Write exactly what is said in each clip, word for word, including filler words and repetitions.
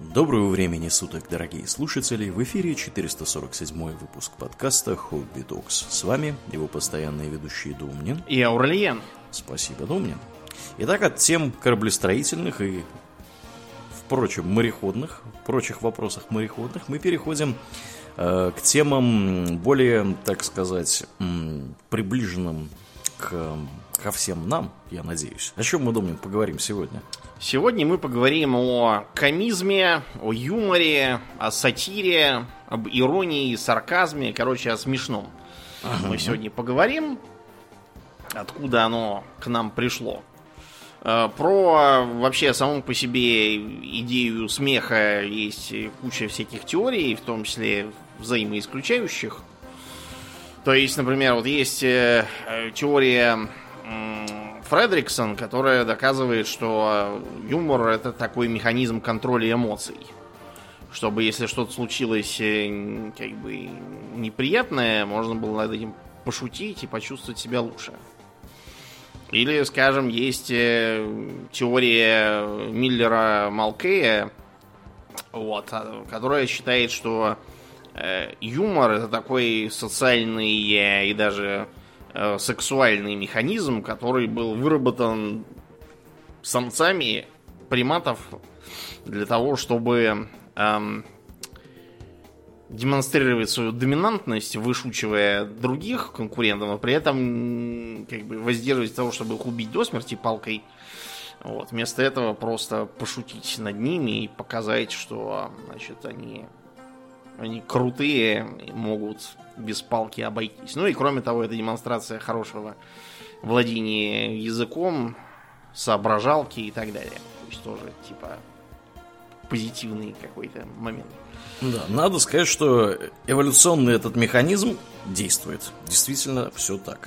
Доброго времени суток, дорогие слушатели! В эфире четыреста сорок седьмой выпуск подкаста Hobby Talks. С вами его постоянные ведущие Домнин и Аурлиен. Спасибо, Домнин. Итак, от тем кораблестроительных и, впрочем, мореходных, прочих вопросах мореходных, мы переходим э, к темам более, так сказать, м, приближенным к, ко всем нам, я надеюсь. О чем мы, Домнин, поговорим сегодня? Сегодня мы поговорим о комизме, о юморе, о сатире, об иронии, сарказме, короче, о смешном. Ага. Мы сегодня поговорим, откуда оно к нам пришло. Про вообще саму по себе идею смеха есть куча всяких теорий, в том числе взаимоисключающих. То есть, например, вот есть теория Фредриксон, которая доказывает, что юмор — это такой механизм контроля эмоций. Чтобы, если что-то случилось как бы неприятное, можно было над этим пошутить и почувствовать себя лучше. Или, скажем, есть теория Миллера-Малкея, вот, которая считает, что юмор — это такой социальный и даже сексуальный механизм, который был выработан самцами приматов для того, чтобы эм, демонстрировать свою доминантность, вышучивая других конкурентов, но при этом как бы воздерживать от того, чтобы их убить до смерти палкой. Вот. Вместо этого просто пошутить над ними и показать, что, значит, они, они крутые и могут без палки обойтись. Ну и кроме того, это демонстрация хорошего владения языком, соображалки и так далее. То есть тоже типа позитивный какой-то момент. Да, надо сказать, что эволюционный этот механизм действует. Действительно, все так.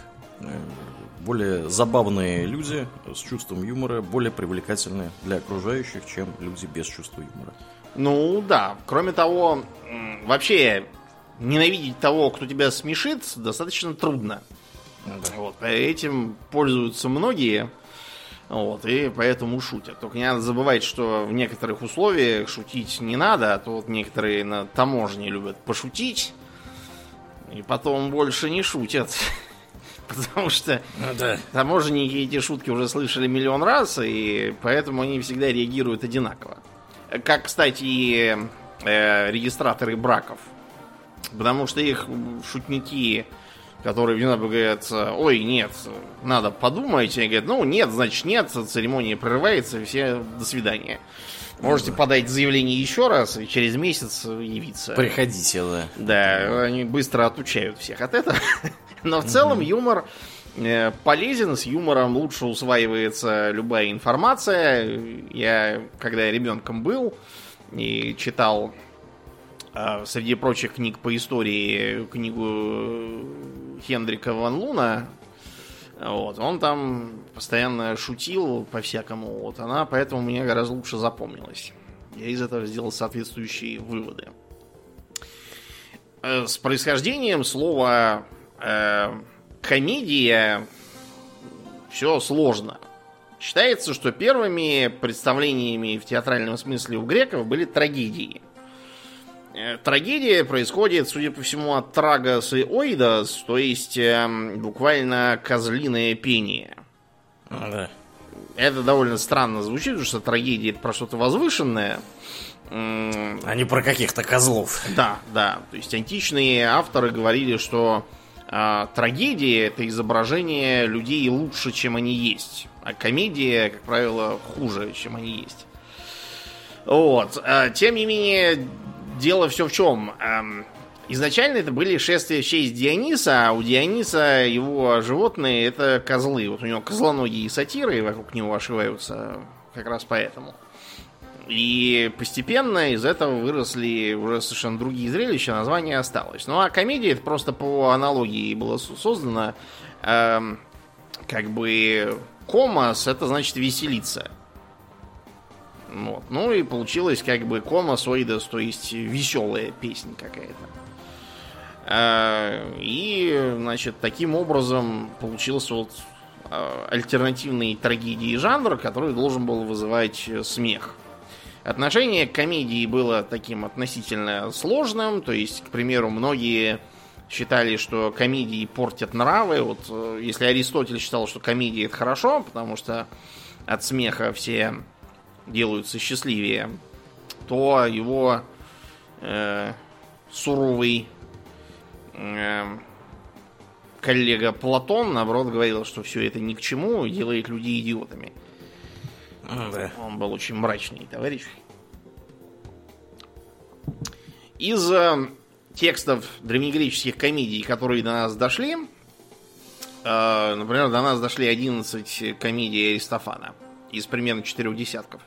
Более забавные люди с чувством юмора более привлекательны для окружающих, чем люди без чувства юмора. Ну да, кроме того, вообще ненавидеть того, кто тебя смешит, достаточно трудно. Да. Вот, этим пользуются многие, вот, и поэтому шутят. Только не надо забывать, что в некоторых условиях шутить не надо, а то вот некоторые на таможне любят пошутить, и потом больше не шутят. Потому что да. таможенники эти шутки уже слышали миллион раз, и поэтому они всегда реагируют одинаково. Как, кстати, и э, регистраторы браков. Потому что их шутники, которые внезапно говорят: ой, нет, надо подумать. Они говорят: ну, нет, значит нет, церемония прерывается, все, до свидания. Можете да. подать заявление еще раз и через месяц явиться. Приходите, да. Да, они быстро отучают всех от этого. Но в целом юмор полезен, с юмором лучше усваивается любая информация. Я, когда я ребенком был и читал, среди прочих книг по истории, книгу Хендрика ван Луна, вот, он там постоянно шутил по-всякому. Вот, она поэтому мне гораздо лучше запомнилась. Я из этого сделал соответствующие выводы. С происхождением слова э, комедия все сложно. Считается, что первыми представлениями в театральном смысле у греков были трагедии. Трагедия происходит, судя по всему, от трагос и оидос, то есть э, буквально козлиное пение. Да. Это довольно странно звучит, потому что трагедия — это про что-то возвышенное. А не про каких-то козлов. Да, да. То есть античные авторы говорили, что э, трагедия — это изображение людей лучше, чем они есть, а комедия, как правило, хуже, чем они есть. Вот. Тем не менее, дело все в чем. Изначально это были шествия в честь Диониса, а у Диониса его животные — это козлы. Вот у него козлоногие сатиры вокруг него ошиваются как раз поэтому. И постепенно из этого выросли уже совершенно другие зрелища, название осталось. Ну а комедия — это просто по аналогии было создано. Эм, как бы комос — это значит веселиться. Вот. Ну и получилось как бы комос оидос, то есть веселая песня какая-то. И, значит, таким образом получился вот альтернативный трагедии жанр, который должен был вызывать смех. Отношение к комедии было таким относительно сложным. То есть, к примеру, многие считали, что комедии портят нравы. Вот если Аристотель считал, что комедия это хорошо, потому что от смеха все делаются счастливее, то его э, суровый э, коллега Платон, наоборот, говорил, что все это ни к чему и делает людей идиотами. Да. Он был очень мрачный товарищ. Из э, текстов древнегреческих комедий, которые до нас дошли, э, например, до нас дошли одиннадцать комедий Аристофана из примерно четырех десятков.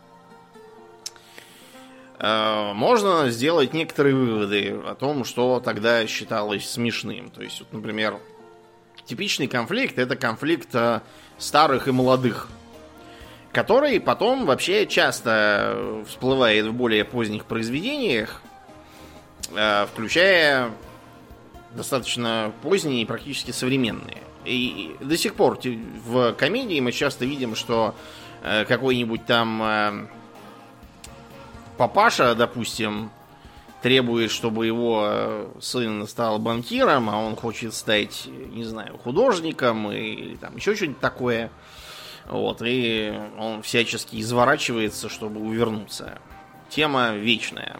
Э, можно сделать некоторые выводы о том, что тогда считалось смешным. То есть, вот, например, типичный конфликт — это конфликт э, старых и молодых, который потом вообще часто всплывает в более поздних произведениях, включая достаточно поздние и практически современные. И до сих пор в комедии мы часто видим, что какой-нибудь там папаша, допустим, требует, чтобы его сын стал банкиром, а он хочет стать, не знаю, художником или там еще что-нибудь такое. Вот, и он всячески изворачивается, чтобы увернуться. Тема вечная.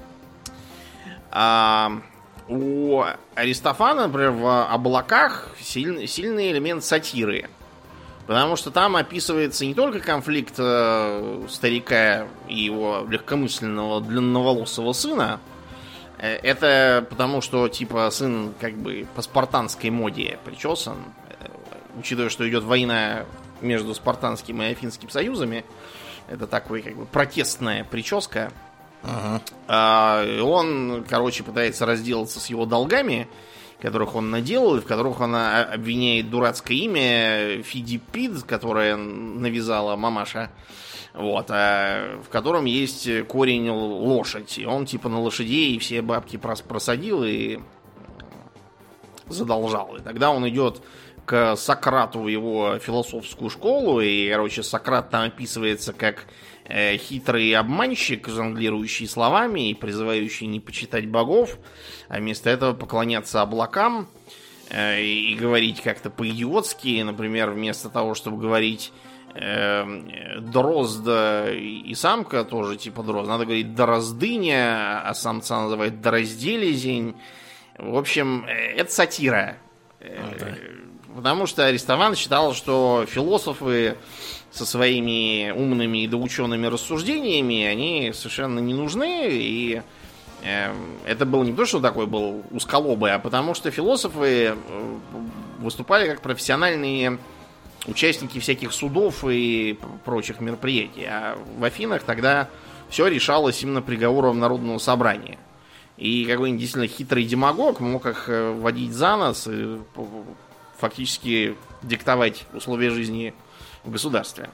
А у Аристофана, например, в «Облаках» сильный, сильный элемент сатиры. Потому что там описывается не только конфликт э, старика и его легкомысленного длинноволосого сына. Это потому, что типа сын как бы по спартанской моде причесан. Учитывая, что идет война между спартанским и афинским союзами, это такой как бы протестная прическа. Uh-huh. А, он, короче, пытается разделаться с его долгами, которых он наделал, и в которых он обвиняет дурацкое имя Фидиппид, которое навязала мамаша, вот, а в котором есть корень лошадь. И он типа на лошадей все бабки просадил и задолжал. И тогда он идет к Сократу в его философскую школу, и, короче, Сократ там описывается как э, хитрый обманщик, жонглирующий словами и призывающий не почитать богов, а вместо этого поклоняться облакам э, и говорить как-то по-идиотски. Например, вместо того, чтобы говорить э, дрозд и самка, тоже типа дрозд, надо говорить дроздыня, а самца называют дрозделезень. В общем, это сатира. Okay. Потому что Аристофан считал, что философы со своими умными и доучеными рассуждениями, они совершенно не нужны. И э, это был не то, что такой был узколобый, а потому что философы выступали как профессиональные участники всяких судов и прочих мероприятий. А в Афинах тогда все решалось именно приговором народного собрания. И какой-нибудь действительно хитрый демагог мог их водить за нос и фактически диктовать условия жизни в государстве.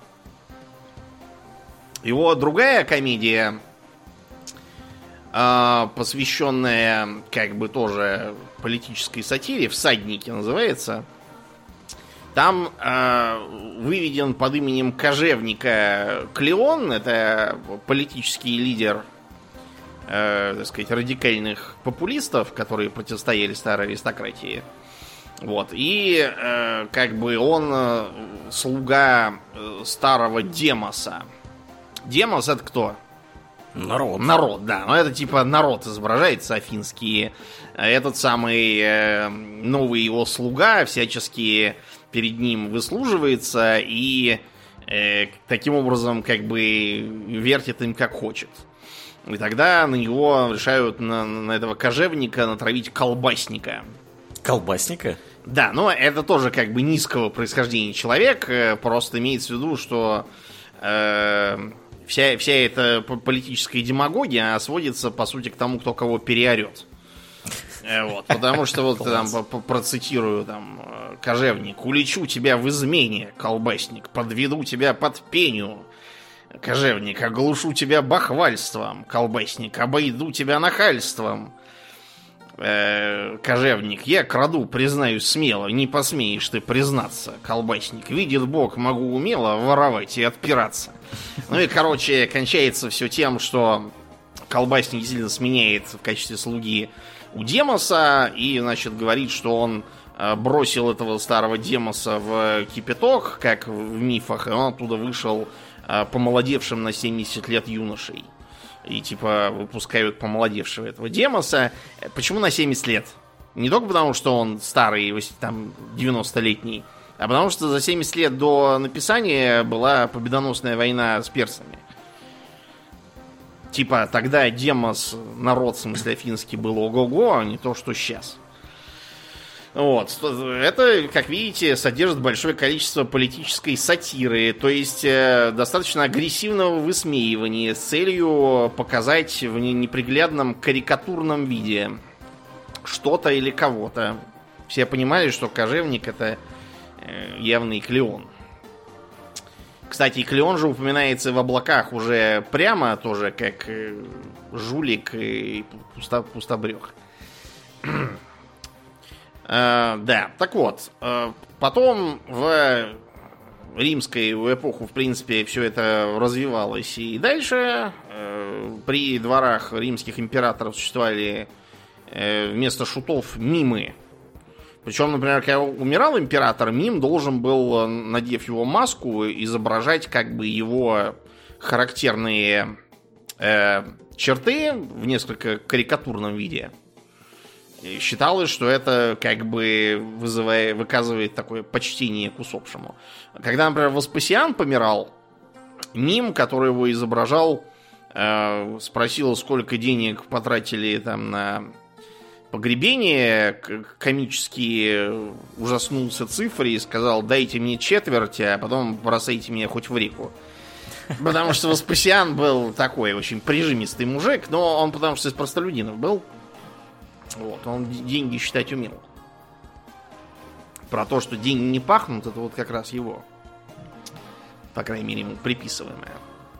Его другая комедия, посвященная как бы тоже политической сатире, «Всадники» называется, там выведен под именем кожевника Клеон, это политический лидер, так сказать, радикальных популистов, которые противостояли старой аристократии. Вот. И э, как бы он э, слуга э, старого Демоса. Демос — это кто? Народ. Народ, да. Но это типа народ изображается афинский. Этот самый э, новый его слуга всячески перед ним выслуживается и э, таким образом как бы вертит им как хочет. И тогда на него решают, на, на этого кожевника, натравить колбасника. Колбасника? Да, но это тоже как бы низкого происхождения человек. Просто имеется в виду, что э, вся, вся эта политическая демагогия сводится, по сути, к тому, кто кого переорет. Вот, потому что вот там процитирую там кожевник: «Улечу тебя в измене, колбасник, подведу тебя под пеню. Кожевник, оглушу тебя бахвальством, колбасник, обойду тебя нахальством». э, кожевник, я краду, признаюсь смело, не посмеешь ты признаться, колбасник. Видит Бог, могу умело воровать и отпираться. Ну и, короче, кончается все тем, что колбасник сильно сменяет в качестве слуги у Демоса и, значит, говорит, что он бросил этого старого Демоса в кипяток, как в мифах, и он оттуда вышел помолодевшим на семьдесят лет юношей. И типа выпускают помолодевшего этого Демоса. Почему на семьдесят лет? Не только потому, что он старый, там, девяностолетний, а потому что за семьдесят лет до написания была победоносная война с персами. Типа тогда Демос, народ, в смысле афинский, был ого-го, а не то, что сейчас. Вот. Это, как видите, содержит большое количество политической сатиры, то есть э, достаточно агрессивного высмеивания с целью показать в неприглядном карикатурном виде что-то или кого-то. Все понимали, что кожевник — это э, явный Клеон. Кстати, Клеон же упоминается в облаках уже прямо, тоже как э, жулик и пусто, пустобрех. Uh, да, так вот, uh, потом в римскую эпоху, в принципе, все это развивалось и дальше. Uh, при дворах римских императоров существовали uh, вместо шутов мимы. Причем, например, когда умирал император, мим должен был, надев его маску, изображать как бы его характерные uh, черты в несколько карикатурном виде. И считалось, что это как бы вызывает, выказывает такое почтение к усопшему. Когда, например, Веспасиан помирал, мим, который его изображал, э, спросил, сколько денег потратили там на погребение, комически ужаснулся цифре и сказал: дайте мне четверть, а потом бросайте меня хоть в реку. Потому что Веспасиан был такой очень прижимистый мужик, но он потому что из простолюдинов был. Вот, он деньги считать умел. Про то, что деньги не пахнут, это вот как раз его. По крайней мере, ему приписываемое.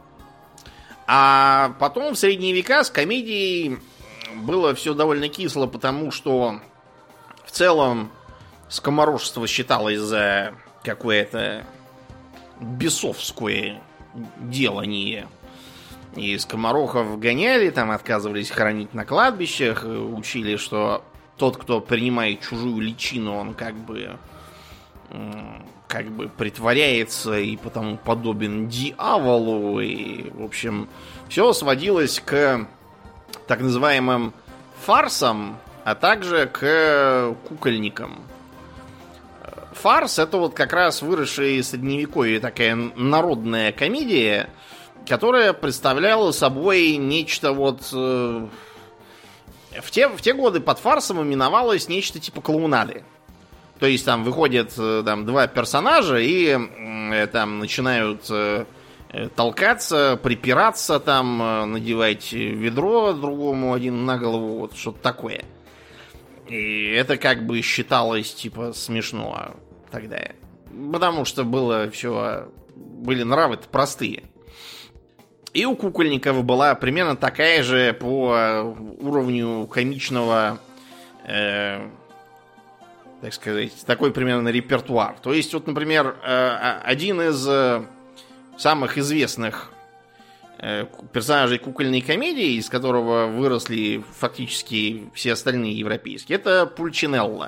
А потом в средние века с комедией было все довольно кисло, потому что в целом скоморожество считалось за какое-то бесовское делание. И скоморохов гоняли, там отказывались хоронить на кладбищах, учили, что тот, кто принимает чужую личину, он как бы как бы притворяется и потому подобен дьяволу. И, в общем, все сводилось к так называемым фарсам, а также к кукольникам. Фарс — это вот как раз выросшая из средневековья такая народная комедия, которая представляла собой нечто вот... Э, в, те, в те годы под фарсом именовалось нечто типа клоунады. То есть там выходят э, там, два персонажа и э, там начинают э, толкаться, припираться, там, э, надевать ведро другому один на голову, вот что-то такое. И это как бы считалось типа смешно тогда. Потому что было все... Были нравы-то простые. И у кукольников была примерно такая же по уровню комичного, э, так сказать, такой примерно репертуар. То есть, вот, например, э, один из э, самых известных э, персонажей кукольной комедии, из которого выросли фактически все остальные европейские, это Пульчинелло.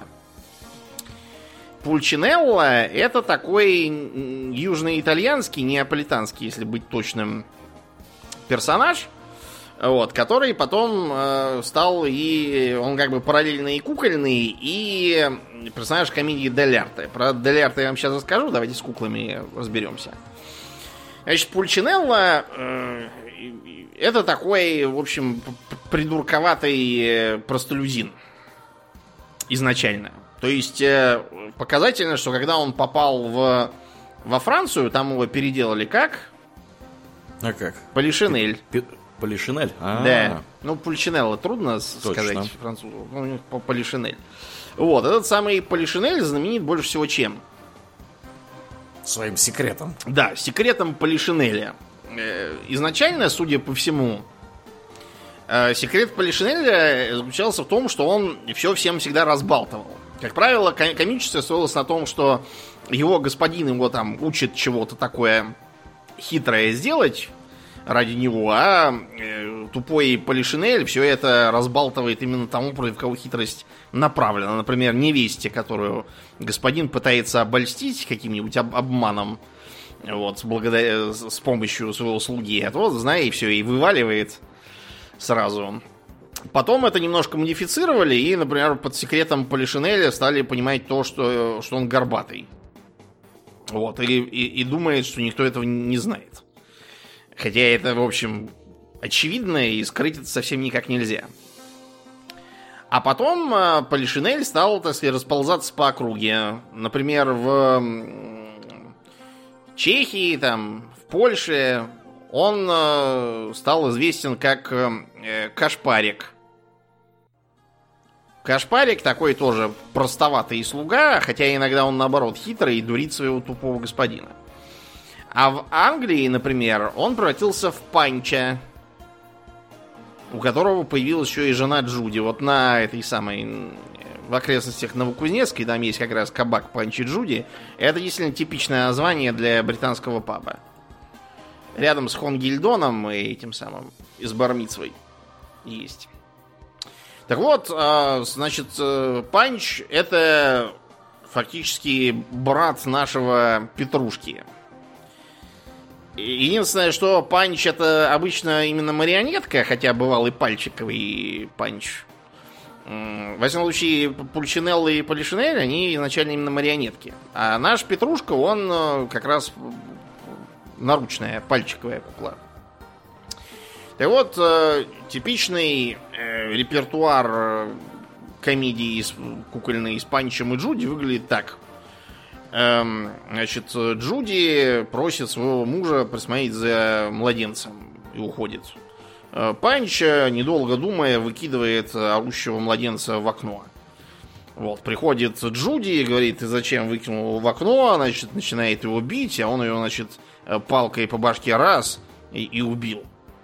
Пульчинелло — это такой южноитальянский, неаполитанский, если быть точным, персонаж, вот, который потом э, стал и он как бы параллельно и кукольный, и персонаж комедии Дель Арте. Про Дель Арте я вам сейчас расскажу, давайте с куклами разберемся. Значит, Пульчинелло э, это такой, в общем, придурковатый простолюдин изначально. То есть э, показательно, что когда он попал в, во Францию, там его переделали как? А как? Полишинель. Полишинель? А-а-а. Да. Ну, Пульчинелло трудно Точно. сказать французу. Ну, Полишинель. Вот, этот самый Полишинель знаменит больше всего чем? Своим секретом. Да, секретом Полишинеля. Изначально, судя по всему, Секрет Полишинеля заключался в том, что он все всем всегда разбалтывал. Как правило, комичество строилось на том, что его господин его там учит чего-то такое хитрое сделать ради него, а тупой Полишинель все это разбалтывает именно тому, против кого хитрость направлена. Например, невесте, которую господин пытается обольстить каким-нибудь об- обманом, вот, благодаря, с помощью своего слуги. А вот, знай, и все, и вываливает сразу. Потом это немножко модифицировали, и, например, под секретом Полишинеля стали понимать то, что, что он горбатый. Вот, и, и, и думает, что никто этого не знает. Хотя это, в общем, очевидно, и скрыть это совсем никак нельзя. А потом э, Полишинель стал, так сказать, расползаться по округе. Например, в Чехии, там, в Польше он э, стал известен как э, Кашпарик. Кашпарик такой тоже простоватый слуга, хотя иногда он, наоборот, хитрый и дурит своего тупого господина. А в Англии, например, он превратился в Панча, у которого появилась еще и жена Джуди. Вот на этой самой... В окрестностях Новокузнецкой, там есть как раз кабак Панчи Джуди. Это действительно типичное название для британского паба. Рядом с Хонгильдоном и этим самым, и с Бармицвой есть. Так вот, значит, Панч — это фактически брат нашего Петрушки. Единственное, что Панч — это обычно именно марионетка, хотя бывал и пальчиковый Панч. Во всяком случае, Пульчинелло и Полишинель, они изначально именно марионетки. А наш Петрушка, он как раз наручная, пальчиковая кукла. Так вот, типичный репертуар комедии кукольной с Панчем и Джуди выглядит так. Значит, Джуди просит своего мужа присмотреть за младенцем и уходит. Панч, недолго думая, выкидывает орущего младенца в окно. Вот, приходит Джуди и говорит: ты зачем выкинул его в окно? Значит, начинает его бить, а он ее, значит, палкой по башке раз и, и убил.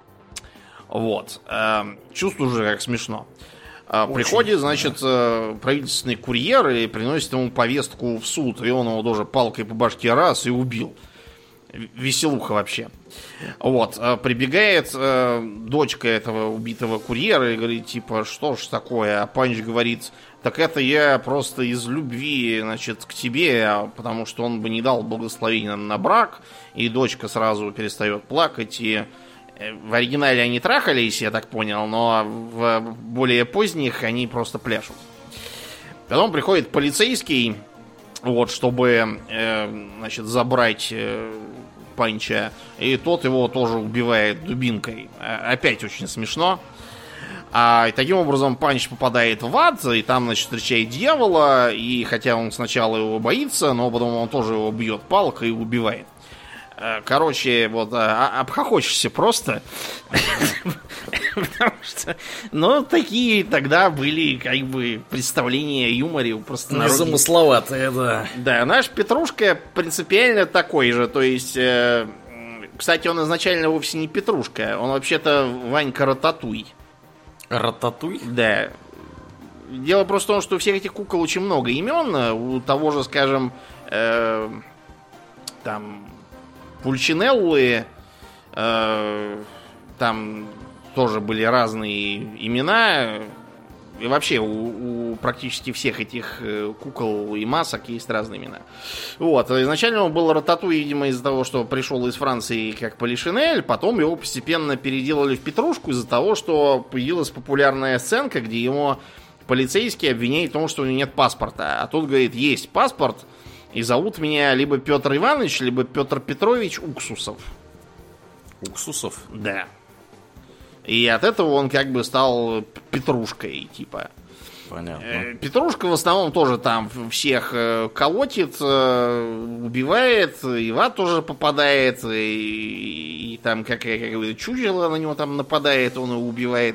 Вот. Чувствую уже, как смешно. Очень. Приходит, значит, правительственный курьер и приносит ему повестку в суд, и он его тоже палкой по башке раз и убил. Веселуха вообще. Вот. Прибегает э, дочка этого убитого курьера и говорит, типа, что ж такое? А Панч говорит: так это я просто из любви, значит, к тебе, потому что он бы не дал благословения на брак. И дочка сразу перестает плакать. И в оригинале они трахались, я так понял, но в более поздних они просто пляшут. Потом приходит полицейский, вот, чтобы, э, значит, забрать э, Панча, и тот его тоже убивает дубинкой. Опять очень смешно. А и таким образом Панч попадает в ад, и там, значит, встречает дьявола, и хотя он сначала его боится, но потом он тоже его бьет палкой и убивает. Короче, вот, обхохочешься просто. Потому что, ну, такие тогда были, как бы, представления о юморе у простонародья. Незамысловатые, да. Да, наш Петрушка принципиально такой же. То есть, э, кстати, он изначально вовсе не Петрушка. Он вообще-то Ванька Рататуй. Рататуй? Да. Дело просто в том, что у всех этих кукол очень много имен. У того же, скажем, э, там... Пульчинеллы, э, там тоже были разные имена. И вообще у, у практически всех этих кукол и масок есть разные имена. Вот. Изначально он был Рататуй, видимо, из-за того, что пришел из Франции как Полишинель. Потом его постепенно переделали в Петрушку из-за того, что появилась популярная сценка, где его полицейский обвиняет в том, что у него нет паспорта. А тут говорит: есть паспорт. И зовут меня либо Петр Иванович, либо Петр Петрович Уксусов. Уксусов? Да. И от этого он как бы стал Петрушкой, типа. Понятно. Петрушка в основном тоже там всех колотит, убивает, и в ад тоже попадает, и, и там как, как чучело на него там нападает, он его убивает.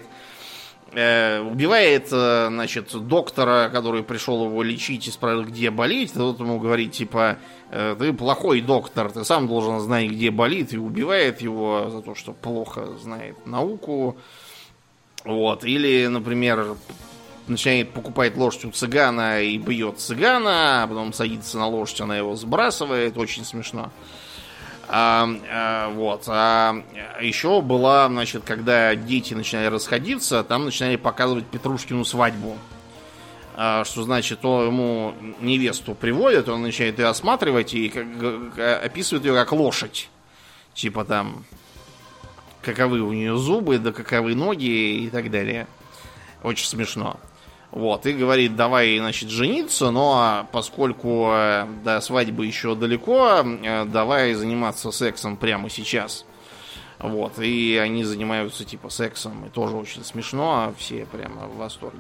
Убивает, значит, доктора, который пришел его лечить и спросил, где болит. Тот ему говорит, типа, ты плохой доктор, ты сам должен знать, где болит. И убивает его за то, что плохо знает науку. Вот. Или, например, начинает покупать лошадь у цыгана и бьет цыгана, а потом садится на лошадь, она его сбрасывает. Очень смешно. А, а, вот. А еще была, значит, когда дети начинали расходиться, там начинали показывать Петрушкину свадьбу. А, что значит, то ему невесту приводят, он начинает ее осматривать и как, описывает ее как лошадь. Типа там, каковы у нее зубы, да каковы ноги и так далее. Очень смешно. Вот, и говорит, давай, значит, жениться, но поскольку до свадьбы еще далеко, давай заниматься сексом прямо сейчас. Вот, и они занимаются, типа, сексом, и тоже очень смешно, а все прямо в восторге.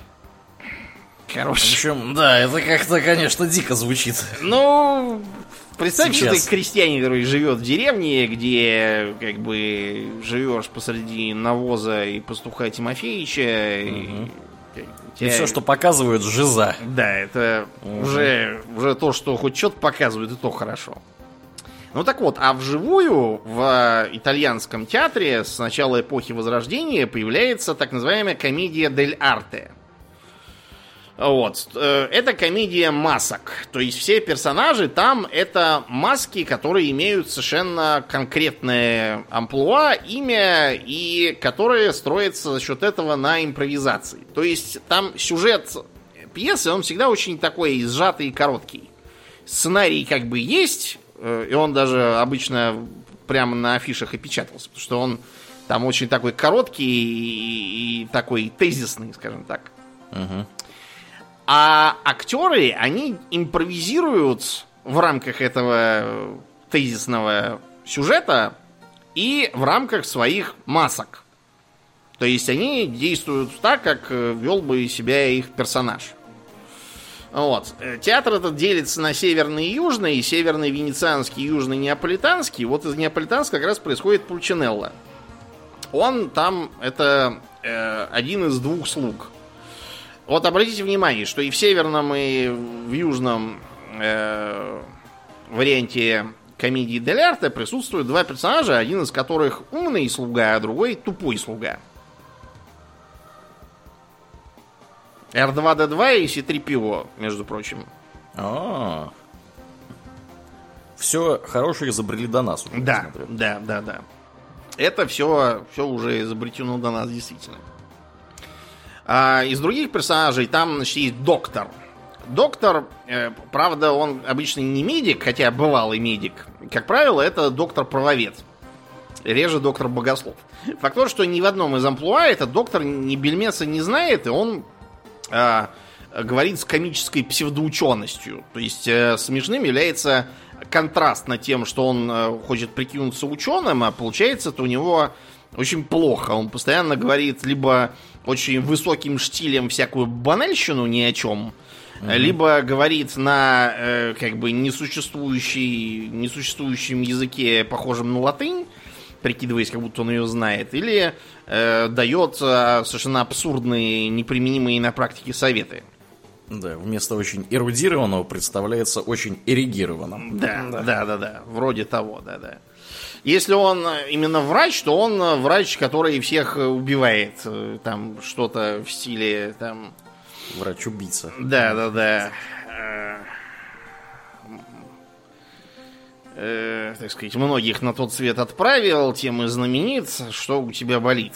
Короче. Причем, да, это как-то, конечно, дико звучит. Ну, представь, сейчас. что ты крестьянин, который живет в деревне, где, как бы, живешь посреди навоза и пастуха Тимофеича, угу. и... И тебя... все, что показывают, жиза. Да, это угу. уже, уже то, что хоть что-то показывают, и то хорошо. Ну так вот, а вживую в итальянском театре с начала эпохи Возрождения появляется так называемая комедия дель арте. Вот. Это комедия масок. То есть все персонажи там это маски, которые имеют совершенно конкретное амплуа, имя, и которые строятся за счет этого на импровизации. То есть там сюжет пьесы, он всегда очень такой сжатый и короткий. Сценарий как бы есть, и он даже обычно прямо на афишах и печатался, потому что он там очень такой короткий и, и такой тезисный, скажем так. Угу. А актеры, они импровизируют в рамках этого тезисного сюжета и в рамках своих масок. То есть они действуют так, как вел бы себя их персонаж. Вот. Театр этот делится на северный и южный, северный венецианский, южный неаполитанский. Вот из неаполитанского как раз происходит Пульчинелло. Он там, это э, один из двух слуг. Вот обратите внимание, что и в северном, и в южном э, варианте комедии дель арте присутствуют два персонажа, один из которых умный слуга, а другой тупой слуга. эр два дэ два и си три пи о, между прочим. А-а-а. Все хорошее изобрели до нас. Уже, да, да, да, да. Это все, все уже изобретено до нас, действительно. А из других персонажей там, значит, есть доктор. Доктор, э, правда, он обычно не медик, хотя бывалый медик. Как правило, это доктор-правовед. Реже доктор-богослов. Факт тот, что ни в одном из амплуа этот доктор ни бельмеса не знает, и он э, говорит с комической псевдоученостью. То есть э, смешным является контраст над тем, что он э, хочет прикинуться ученым, а получается-то у него очень плохо. Он постоянно говорит либо очень высоким штилем всякую банальщину ни о чем, mm-hmm. либо говорит на э, как бы несуществующий, несуществующем языке, похожем на латынь, прикидываясь, как будто он ее знает, или э, дает э, совершенно абсурдные, неприменимые на практике советы. Да, вместо очень эрудированного представляется очень эрегированным. Да, да, да, да, да, вроде того, да, да. Если он именно врач, то он врач, который всех убивает. Там что-то в стиле там... Врач-убийца. Да, да, да. Э, э, так сказать, многих на тот свет отправил, тем и знаменит, что у тебя болит.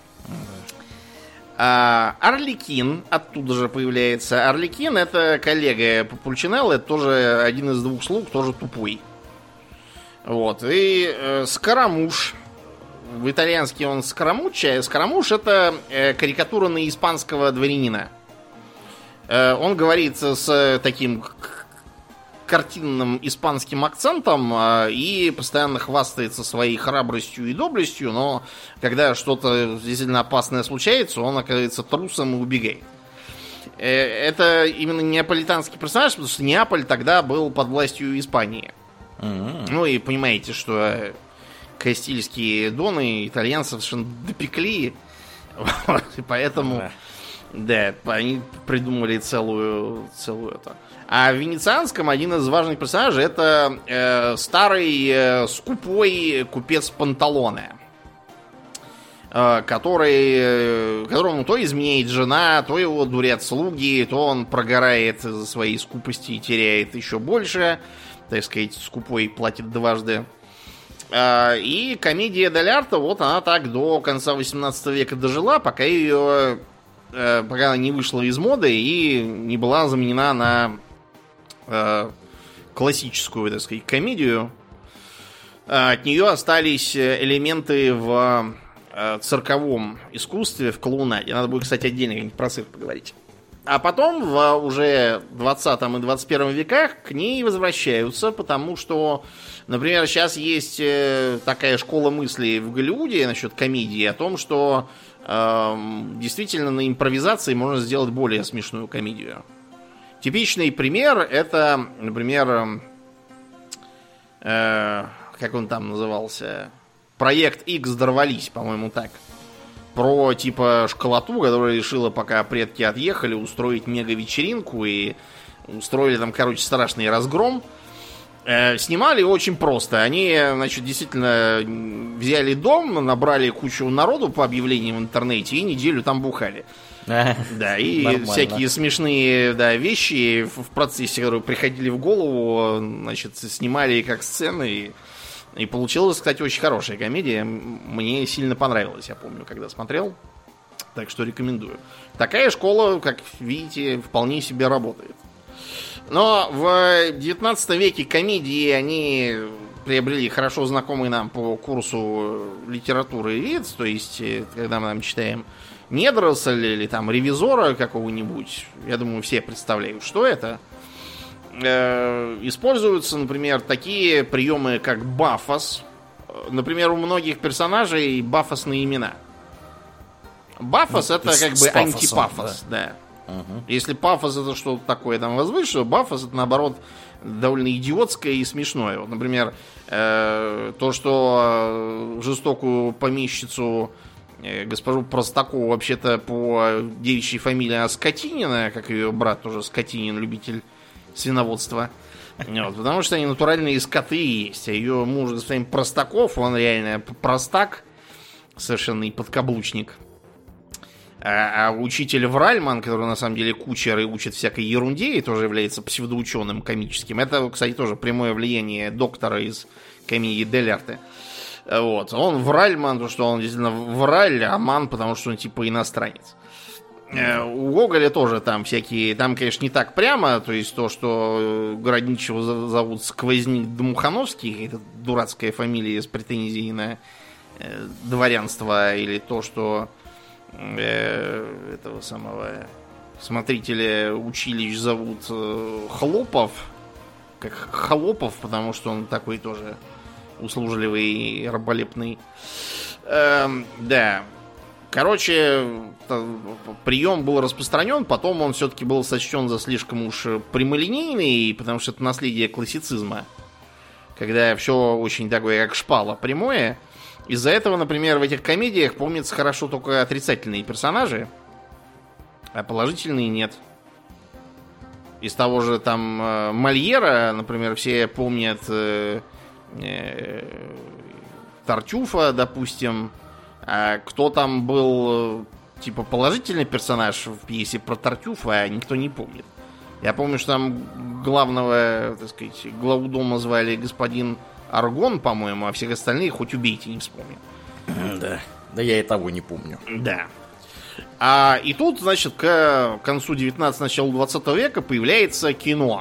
А Арлекин оттуда же появляется. Арлекин — это коллега по Пульчинелло, это тоже один из двух слуг, тоже тупой. Вот, и э, Скарамуш. В итальянский он Скарамучча. Скарамуш — это э, карикатура на испанского дворянина. Э, он говорит с таким картинным испанским акцентом э, и постоянно хвастается своей храбростью и доблестью, но когда что-то действительно опасное случается, он оказывается трусом и убегает. Э, это именно неаполитанский персонаж, потому что Неаполь тогда был под властью Испании. Mm-hmm. Ну и понимаете, что кастильские доны итальянцев совершенно допекли. Вот, и поэтому mm-hmm. да, они придумали целую целую это. А в венецианском один из важных персонажей это э, старый э, скупой купец Панталоне. который, которому то изменяет жена, то его дурят слуги, то он прогорает из-за своей скупости и теряет еще больше. Так сказать, скупой платит дважды. И комедия дель арте, вот она так до конца восемнадцатого века дожила, пока ее, пока она не вышла из моды и не была заменена на классическую, так сказать, комедию. От нее остались элементы в цирковом искусстве, в клоунаде. Надо будет, кстати, отдельно про цирк поговорить. А потом в уже двадцатом и двадцать первом веках к ней возвращаются, потому что, например, сейчас есть такая школа мысли в Голливуде насчет комедии о том, что э, действительно на импровизации можно сделать более смешную комедию. Типичный пример это, например, э, как он там назывался, Проект Икс дорвались, по-моему, так. Про, типа, школоту, которая решила, пока предки отъехали, устроить мега-вечеринку и устроили там, короче, страшный разгром. Э, снимали очень просто. Они, значит, действительно взяли дом, набрали кучу народу по объявлениям в интернете и неделю там бухали. Да, и нормально. Всякие смешные, да, вещи в процессе, которые приходили в голову, значит, снимали как сцены. И, и получилась, кстати, очень хорошая комедия. Мне сильно понравилась, я помню, когда смотрел. Так что рекомендую. Такая школа, как видите, вполне себе работает. Но в девятнадцатом веке комедии, они приобрели хорошо знакомый нам по курсу литературы вид. То есть, когда мы там читаем Недоросль или там Ревизора какого-нибудь, я думаю, все представляют, что это. Э, используются, например, такие приемы, как бафос. Например, у многих персонажей бафосные имена. Бафос — ну, это как бы пафосом, антипафос, да. да. Угу. Если пафос — это что-то такое там возвышенное, бафос — это, наоборот, довольно идиотское и смешное. Вот, например, э, то, что жестокую помещицу э, госпожу Простакову вообще-то по девичьей фамилии Скотинина, как ее брат тоже Скотинин, любитель свиноводства. Вот, потому что они натуральные скоты есть. А ее муж, господин Простаков, он реально простак, совершенный подкаблучник. А, а учитель Вральман, который на самом деле кучер и учит всякой ерунде, и тоже является псевдоученым комическим. Это, кстати, тоже прямое влияние доктора из комедии дель арте. Вот. Он Вральман, потому что он действительно Враль, а Ман, потому что он типа иностранец. У Гоголя тоже там всякие... Там, конечно, не так прямо. То есть то, что Городничего зовут Сквозник Дмухановский, это дурацкая фамилия с претензией на э, дворянство, или то, что э, этого самого смотрителя училищ зовут э, Хлопов, как Холопов, потому что он такой тоже услужливый и раболепный. Э, да... Короче, прием был распространен, потом он все-таки был сочтен за слишком уж прямолинейный, потому что это наследие классицизма, когда все очень такое, как шпала, прямое. Из-за этого, например, в этих комедиях помнятся хорошо только отрицательные персонажи, а положительные нет. Из того же там Мольера, например, все помнят э, э, Тартюфа, допустим. А кто там был, типа, положительный персонаж в пьесе про Тартюфа, никто не помнит. Я помню, что там главного, так сказать, главу дома звали господин Аргон, по-моему, а всех остальных хоть убейте, не вспомню. Да, да я и того не помню. Да. А, и тут, значит, к концу девятнадцатого, началу двадцатого века появляется кино.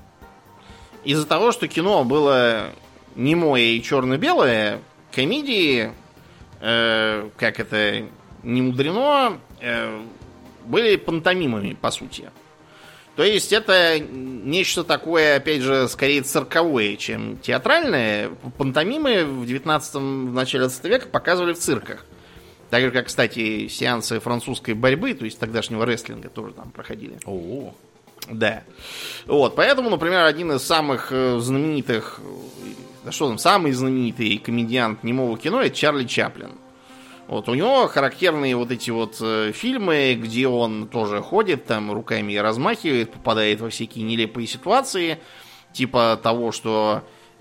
Из-за того, что кино было немое и черно-белое, комедии... Э, как это не мудрено, э, были пантомимами, по сути. То есть это нечто такое, опять же, скорее цирковое, чем театральное. Пантомимы в девятнадцатом, в начале двадцатого века показывали в цирках. Так же, как, кстати, сеансы французской борьбы, то есть тогдашнего рестлинга, тоже там проходили. О-о-о. Да. Вот, поэтому, например, один из самых знаменитых, да что там, самый знаменитый комедиант немого кино — это Чарли Чаплин. Вот, у него характерные вот эти вот э, фильмы, где он тоже ходит, там руками размахивает, попадает во всякие нелепые ситуации, типа того, что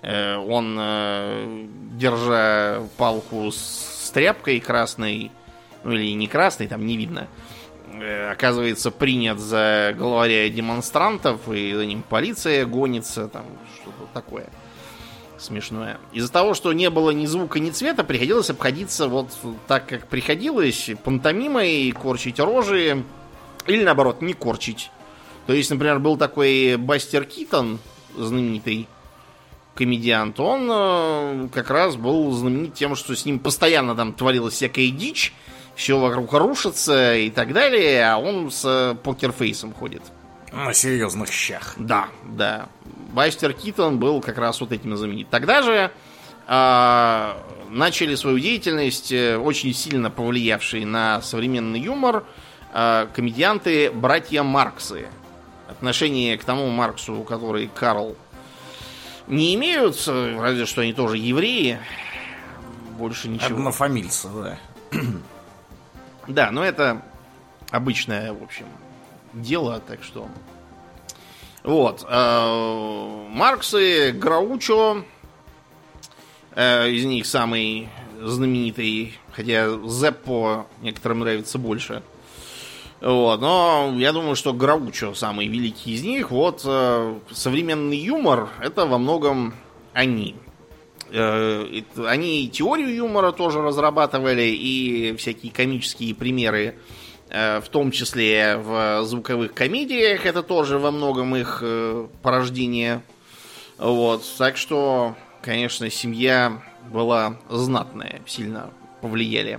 Он, держа палку с тряпкой красной, ну или не красной, там не видно, оказывается принят за главаря демонстрантов, и за ним полиция гонится, там что-то такое смешное. Из-за того, что не было ни звука, ни цвета, приходилось обходиться вот так, как приходилось, пантомимой, корчить рожи, или наоборот, не корчить. То есть, например, был такой Бастер Китон, знаменитый комедиант, он э, как раз был знаменит тем, что с ним постоянно там творилась всякая дичь, все вокруг рушится и так далее, а он с э, покерфейсом ходит. На серьезных щах. Да, да. Бастер Китон был как раз вот этим знаменит. Тогда же э, начали свою деятельность, э, очень сильно повлиявшие на современный юмор, э, комедианты братья Марксы. Отношение к тому Марксу, который Карл, не имеют, разве что они тоже евреи. Больше ничего. Однофамильцы, да. Да, но это обычное, в общем, дело, так что... Вот. Э, Марксы, Граучо, э, из них самый знаменитый, хотя Зеппо некоторым нравится больше. Вот, но я думаю, что Граучо самый великий из них. Вот э, современный юмор — это во многом они. Э, это, они и теорию юмора тоже разрабатывали, и всякие комические примеры, э, в том числе в звуковых комедиях. Это тоже во многом их э, порождение. Вот, так что, конечно, семья была знатная, сильно повлияли.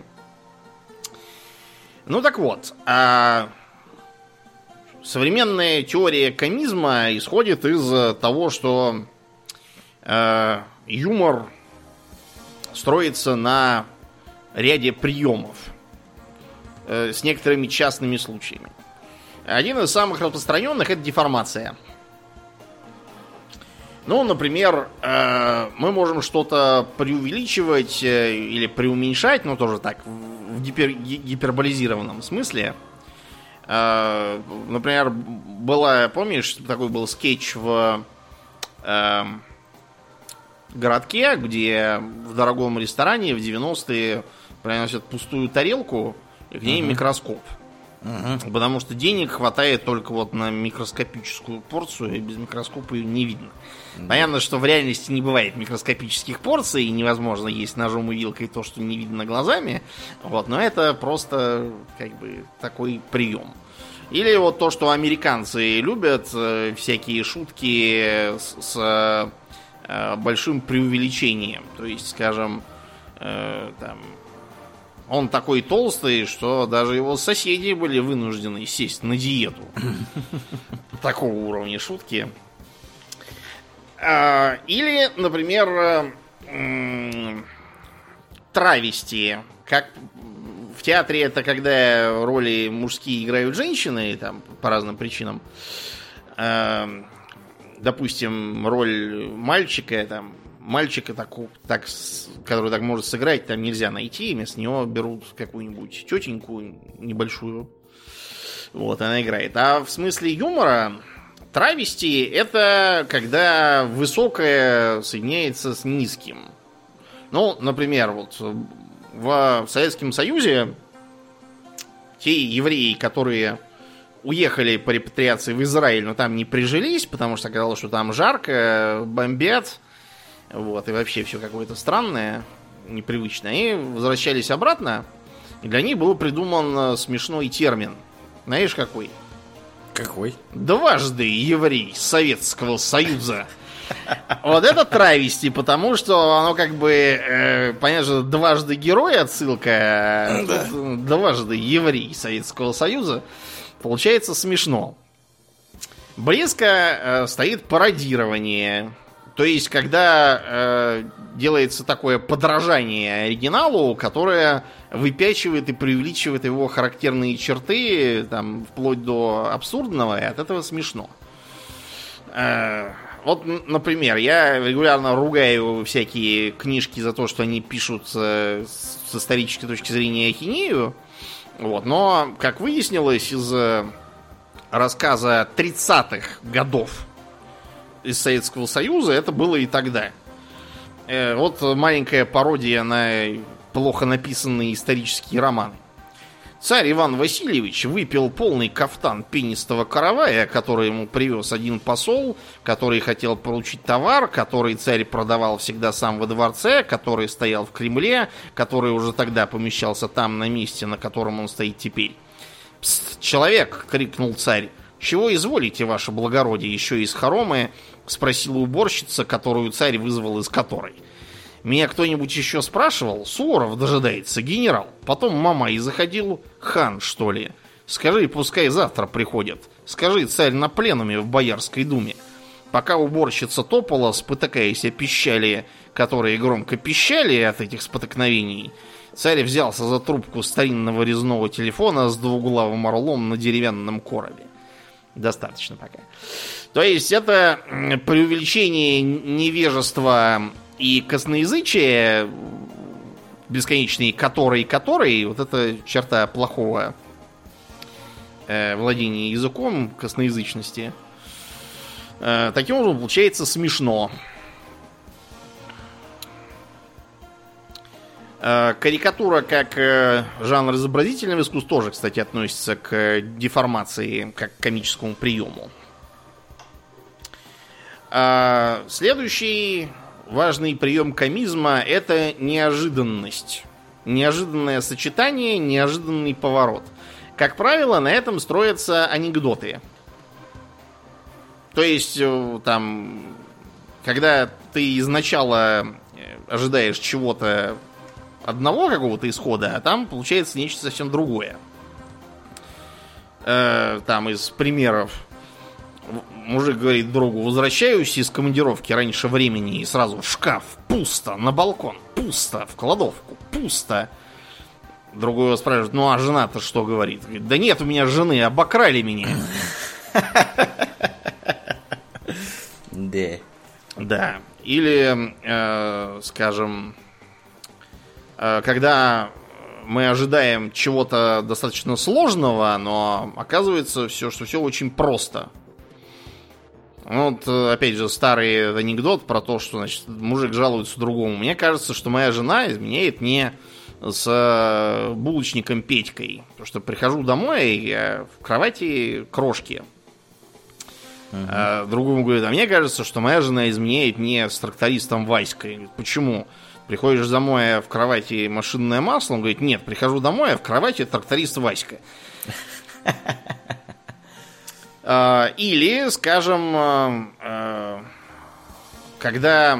Ну так вот, а современная теория комизма исходит из того, что э, юмор строится на ряде приемов э, с некоторыми частными случаями. Один из самых распространенных — это деформация. Ну, например, э, мы можем что-то преувеличивать э, или преуменьшать, но тоже так, в гипер, гиперболизированном смысле. Э, например, была, помнишь, такой был скетч в э, городке, где в дорогом ресторане в девяностые приносят пустую тарелку и к ней uh-huh. микроскоп. Uh-huh. Потому что денег хватает только вот на микроскопическую порцию, и без микроскопа ее не видно. Uh-huh. Понятно, что в реальности не бывает микроскопических порций, и невозможно есть ножом и вилкой то, что не видно глазами. Вот, но это просто как бы такой прием. Или вот то, что американцы любят, всякие шутки с, с э, большим преувеличением. То есть, скажем, э, там... Он такой толстый, что даже его соседи были вынуждены сесть на диету. Такого уровня шутки. Или, например, травести. Как в театре это когда роли мужские играют женщины, там, по разным причинам. Допустим, роль мальчика, там, мальчика, так, так, который так может сыграть, там нельзя найти. Вместо него берут какую-нибудь тетеньку небольшую. Вот, она играет. А в смысле юмора, травести — это когда высокое соединяется с низким. Ну, например, вот в Советском Союзе те евреи, которые уехали по репатриации в Израиль, но там не прижились, потому что оказалось, что там жарко, бомбят. Вот, и вообще все какое-то странное, непривычное. Они возвращались обратно, и для них был придуман смешной термин. Знаешь, какой? Какой? Дважды еврей Советского Союза. Вот это травести, потому что оно как бы, э, понятно, что дважды герой отсылка, а тут дважды еврей Советского Союза. Получается смешно. Близко э, стоит пародирование. То есть, когда э, делается такое подражание оригиналу, которое выпячивает и преувеличивает его характерные черты, там, вплоть до абсурдного, и от этого смешно. Э, вот, например, я регулярно ругаю всякие книжки за то, что они пишут э, с исторической точки зрения ахинею. Вот, но, как выяснилось из рассказа тридцатых годов из Советского Союза, это было и тогда. э, вот маленькая пародия на плохо написанные исторические романы. Царь Иван Васильевич выпил полный кафтан пенистого каравая, который ему привез один посол, который хотел получить товар, который царь продавал всегда сам во дворце, который стоял в Кремле, который уже тогда помещался там на месте, на котором он стоит теперь. «Пст, человек!» — крикнул царь. «Чего изволите, ваше благородие, еще из хоромы?» — спросила уборщица, которую царь вызвал из которой. «Меня кто-нибудь еще спрашивал? Суворов дожидается, генерал. Потом мама и заходил. Хан, что ли? Скажи, пускай завтра приходят. Скажи, царь на пленуме в Боярской думе». Пока уборщица топала, спотыкаясь о пищали, которые громко пищали от этих спотыкновений, царь взялся за трубку старинного резного телефона с двуглавым орлом на деревянном коробе. Достаточно пока. То есть это преувеличение невежества и косноязычие, бесконечные которые, которые, вот это черта плохого э, владения языком, косноязычности. Э, таким образом, получается смешно. Э, карикатура как э, жанр изобразительного искусства тоже, кстати, относится к деформации, как к комическому приему. Э, следующий важный прием комизма — это неожиданность. Неожиданное сочетание, неожиданный поворот. Как правило, на этом строятся анекдоты. То есть, там, когда ты изначально ожидаешь чего-то одного какого-то исхода, а там получается нечто совсем другое. Э, там из примеров. Мужик говорит другу: возвращаюсь из командировки раньше времени, и сразу в шкаф пусто, на балкон пусто, в кладовку пусто. Другой его спрашивает: ну а жена-то что говорит? Говорит: да нет у меня жены, обокрали меня. Да. Да. Или, э, скажем, э, когда мы ожидаем чего-то достаточно сложного, но оказывается все, что все очень просто. Вот, опять же, старый анекдот про то, что, значит, мужик жалуется другому. Мне кажется, что моя жена изменяет мне с булочником Петькой. Потому что прихожу домой, а в кровати крошки. Uh-huh. А другому говорит: а мне кажется, что моя жена изменяет мне с трактористом Васькой. Говорит: почему? Приходишь домой, а в кровати машинное масло? Он говорит: нет, прихожу домой, а в кровати тракторист Васька. Или, скажем, когда,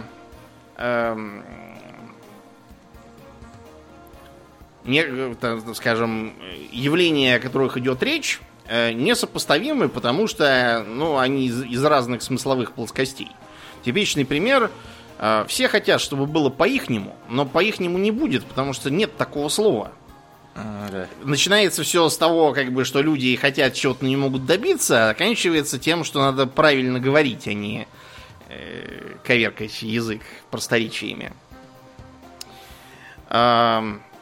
скажем, явления, о которых идет речь, несопоставимы, потому что, ну, они из, из разных смысловых плоскостей. Типичный пример: все хотят, чтобы было по-ихнему, но по-ихнему не будет, потому что нет такого слова. А, да. Начинается все с того, как бы, что люди хотят чего-то, но не могут добиться, а оканчивается тем, что надо правильно говорить, а не э, коверкать язык просторечиями. А,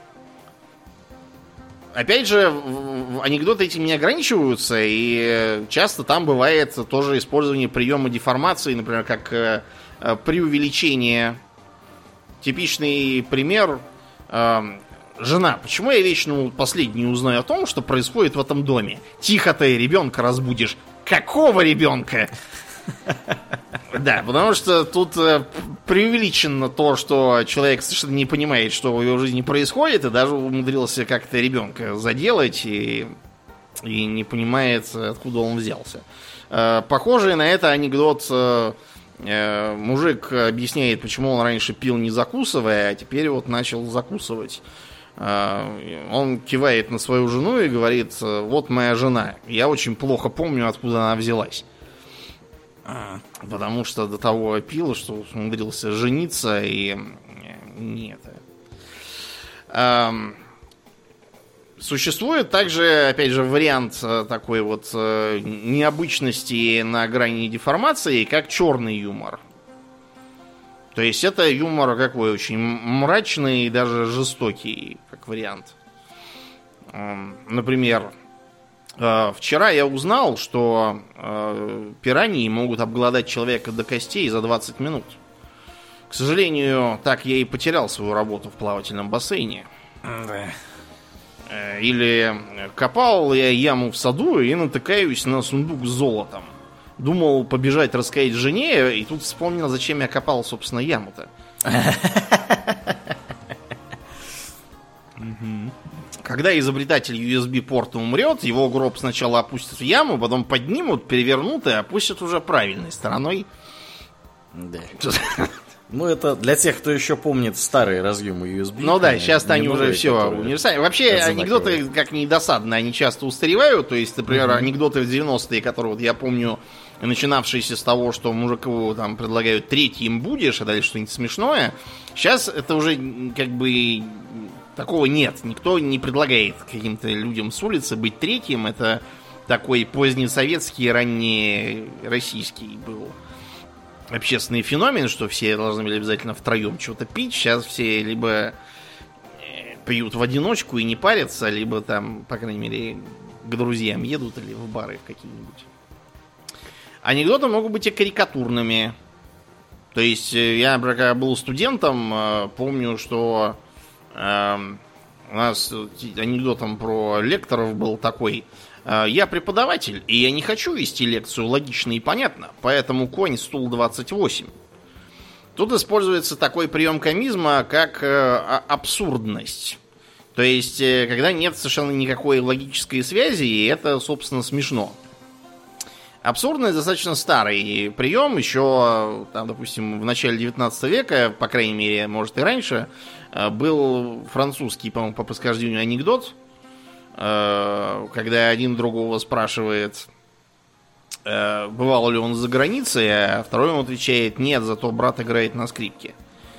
опять же, анекдоты эти не ограничиваются, и часто там бывает тоже использование приема деформации, например, как э, преувеличение. Типичный пример: э, жена: почему я вечно последний узнаю о том, что происходит в этом доме? Тихо ты, ребенка разбудишь. Какого ребенка? Да, потому что тут э, преувеличено то, что человек совершенно не понимает, что в его жизни происходит, и даже умудрился как-то ребенка заделать, и, и не понимает, откуда он взялся. Э, похожий на это анекдот: э, э, мужик объясняет, почему он раньше пил не закусывая, а теперь вот начал закусывать. Э, он кивает на свою жену и говорит: вот моя жена, я очень плохо помню, откуда она взялась. Потому что до того пил, что умудрился жениться, и нет. Эм, существует также, опять же, вариант такой вот необычности на грани деформации, как черный юмор. То есть это юмор какой? Очень мрачный и даже жестокий, как вариант. Эм, например, вчера я узнал, что э, пираньи могут обглодать человека до костей за двадцать минут. сожалению, так я и потерял свою работу в плавательном бассейне. Да. Или копал я яму в саду и натыкаюсь на сундук с золотом. Думал побежать рассказать жене, и тут вспомнил, зачем я копал, собственно, яму-то. Когда изобретатель ю эс би-порта умрет, его гроб сначала опустят в яму, потом поднимут, перевернут и опустят уже правильной стороной. Да. Ну, это для тех, кто еще помнит старые разъемы ю эс би. Ну да, сейчас они уже все универсальные. Вообще, анекдоты, как ни досадно, они часто устаревают. То есть, например, mm-hmm. анекдоты в девяностые, которые вот я помню, начинавшиеся с того, что мужику там предлагают третьим будешь, а дальше что-нибудь смешное. Сейчас это уже как бы такого нет. Никто не предлагает каким-то людям с улицы быть третьим. Это такой позднесоветский, ранний российский был общественный феномен, что все должны были обязательно втроем чего-то пить. Сейчас все либо пьют в одиночку и не парятся, либо там, по крайней мере, к друзьям едут или в бары какие-нибудь. Анекдоты могут быть и карикатурными. То есть, я, когда был студентом, помню, что э, у нас анекдотом про лекторов был такой: я преподаватель, и я не хочу вести лекцию логично и понятно, поэтому конь стул двадцать восемь. Тут используется такой прием комизма, как э, абсурдность. То есть, э, когда нет совершенно никакой логической связи, и это, собственно, смешно. Абсурдность достаточно старый прием, еще, там, допустим, в начале девятнадцатого века, по крайней мере, может и раньше, был французский, по-моему, по происхождению анекдот, когда один другого спрашивает, бывал ли он за границей, а второй ему отвечает: нет, зато брат играет на скрипке.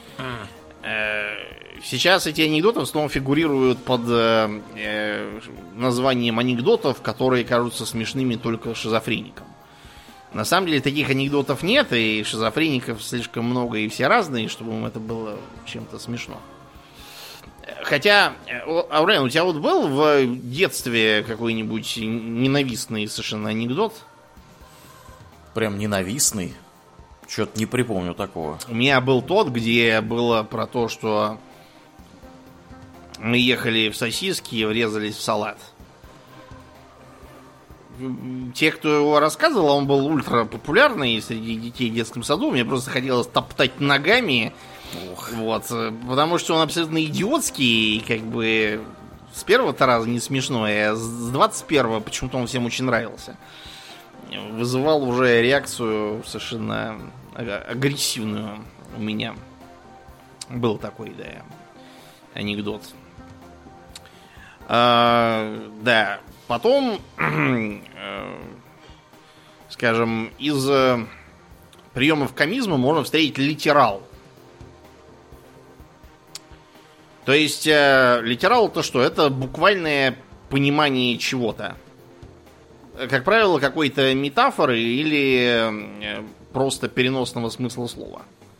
Сейчас эти анекдоты в основном фигурируют под э, названием анекдотов, которые кажутся смешными только шизофреникам. На самом деле таких анекдотов нет, и шизофреников слишком много, и все разные, чтобы им это было чем-то смешно. Хотя, Аурен, у тебя вот был в детстве какой-нибудь ненавистный совершенно анекдот? Прям ненавистный? Чё-то не припомню такого. У меня был тот, где было про то, что мы ехали в сосиски и врезались в салат. Те, кто его рассказывал, он был ультра популярный среди детей в детском саду. Мне просто хотелось топтать ногами. Ох. Вот, потому что он абсолютно идиотский, и как бы с первого-то раза не смешно, а с двадцать первого почему-то он всем очень нравился. Вызывал уже реакцию совершенно агрессивную у меня. Был такой, да, анекдот. А, да, потом, скажем, из приемов комизма можно встретить литерал. То есть, литерал это что? Это буквальное понимание чего-то. Как правило, какой-то метафоры или просто переносного смысла слова.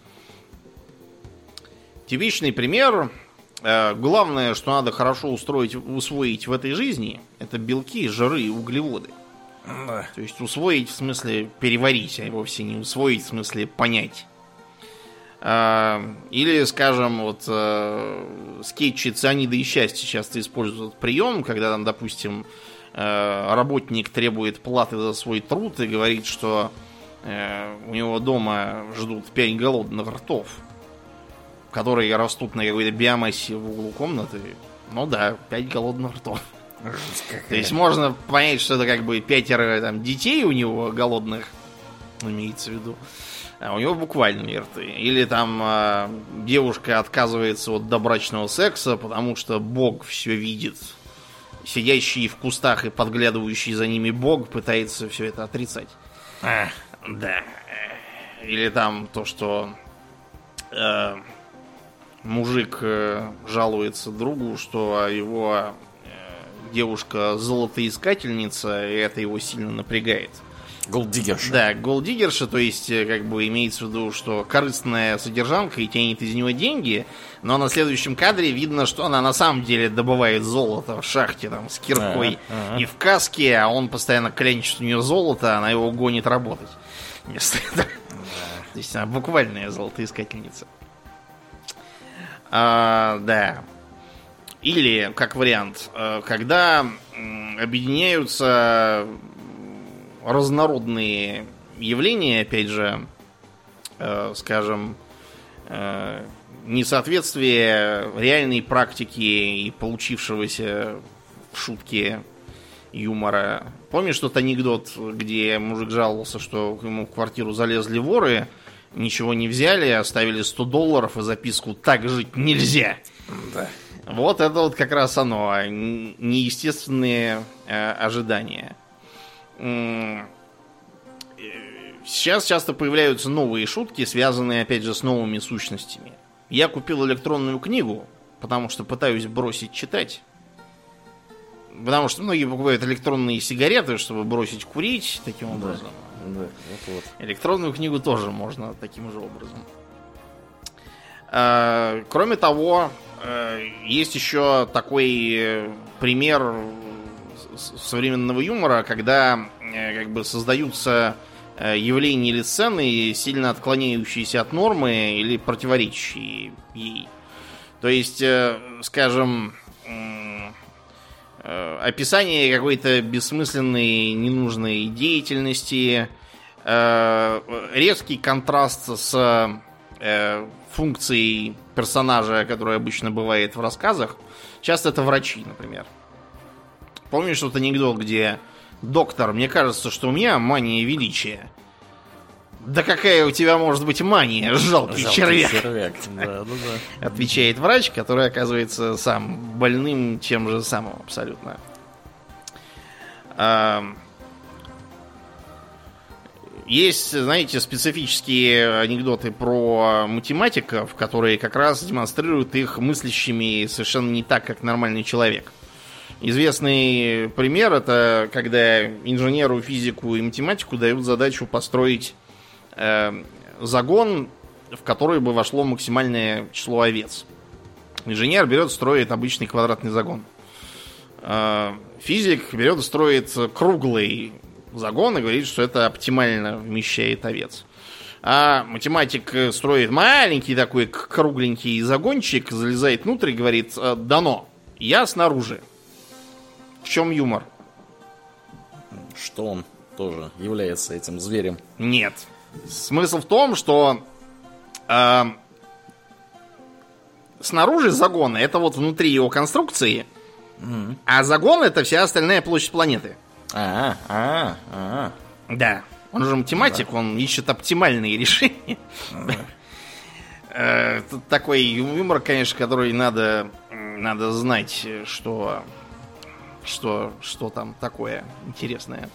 Типичный пример. Главное, что надо хорошо устроить, усвоить в этой жизни, это белки, жиры и углеводы. Да. То есть усвоить в смысле переварить, а вовсе не усвоить в смысле понять. Или, скажем, вот скетчи «Цианиды и счастье» часто используют этот прием, когда там, допустим, работник требует платы за свой труд и говорит, что у него дома ждут пять голодных ртов, которые растут на какой-то биомассе в углу комнаты. Ну да, пять голодных ртов. То есть можно понять, что это как бы пятеро там, детей у него голодных, имеется в виду. А у него буквальные рты. Или там э, девушка отказывается от добрачного секса, потому что Бог все видит. Сидящий в кустах и подглядывающий за ними Бог пытается все это отрицать. А, да. Или там то, что э, мужик э, жалуется другу, что его э, девушка золотоискательница, и это его сильно напрягает. Голддиггерша. Да, голддиггерша, то есть, как бы имеется в виду, что корыстная содержанка и тянет из него деньги, но на следующем кадре видно, что она на самом деле добывает золото в шахте там с киркой ага, ага. и в каске, а он постоянно клянчит у нее золото, она его гонит работать. То есть она буквальная золотоискательница. А, да. Или, как вариант, когда объединяются разнородные явления, опять же, скажем, несоответствие реальной практики и получившегося в шутке юмора. Помнишь тот анекдот, где мужик жаловался, что ему в квартиру залезли воры, ничего не взяли, оставили сто долларов и записку «Так жить нельзя». Да. Вот это вот как раз оно, неестественные э, ожидания. Сейчас часто появляются новые шутки, связанные, опять же, с новыми сущностями. Я купил электронную книгу, потому что пытаюсь бросить читать. Потому что многие покупают электронные сигареты, чтобы бросить курить таким образом. Да, да, вот, вот. Электронную книгу тоже можно таким же образом. А, кроме того, есть еще такой пример современного юмора, когда как бы создаются явления или сцены, сильно отклоняющиеся от нормы или противоречащие ей. То есть, скажем, описание какой-то бессмысленной, ненужной деятельности, резкий контраст с функцией персонажа, который обычно бывает в рассказах. Часто это врачи, например. Помнишь тот анекдот, где доктор, мне кажется, что у меня мания величия. Да какая у тебя может быть мания, жалкий, жалкий червяк? червяк. Да, да, да. Отвечает врач, который оказывается сам больным тем же самым абсолютно. Есть, знаете, специфические анекдоты про математиков, которые как раз демонстрируют их мыслящими совершенно не так, как нормальный человек. Известный пример — это когда инженеру, физику и математику дают задачу построить э, загон, в который бы вошло максимальное число овец. Инженер берет, строит обычный квадратный загон. Э, физик берет и строит круглый загон и говорит, что это оптимально вмещает овец. А математик строит маленький такой кругленький загончик, залезает внутрь и говорит: дано, я снаружи. В чем юмор? Что он тоже является этим зверем. Нет. Смысл в том, что э, снаружи загона — это вот внутри его конструкции, mm-hmm. а загон — это вся остальная площадь планеты. А, а, а. Да. Он же математик, да. Он ищет оптимальные решения. Да. Тут такой юмор, конечно, который надо, надо знать, что, что, что там такое интересное.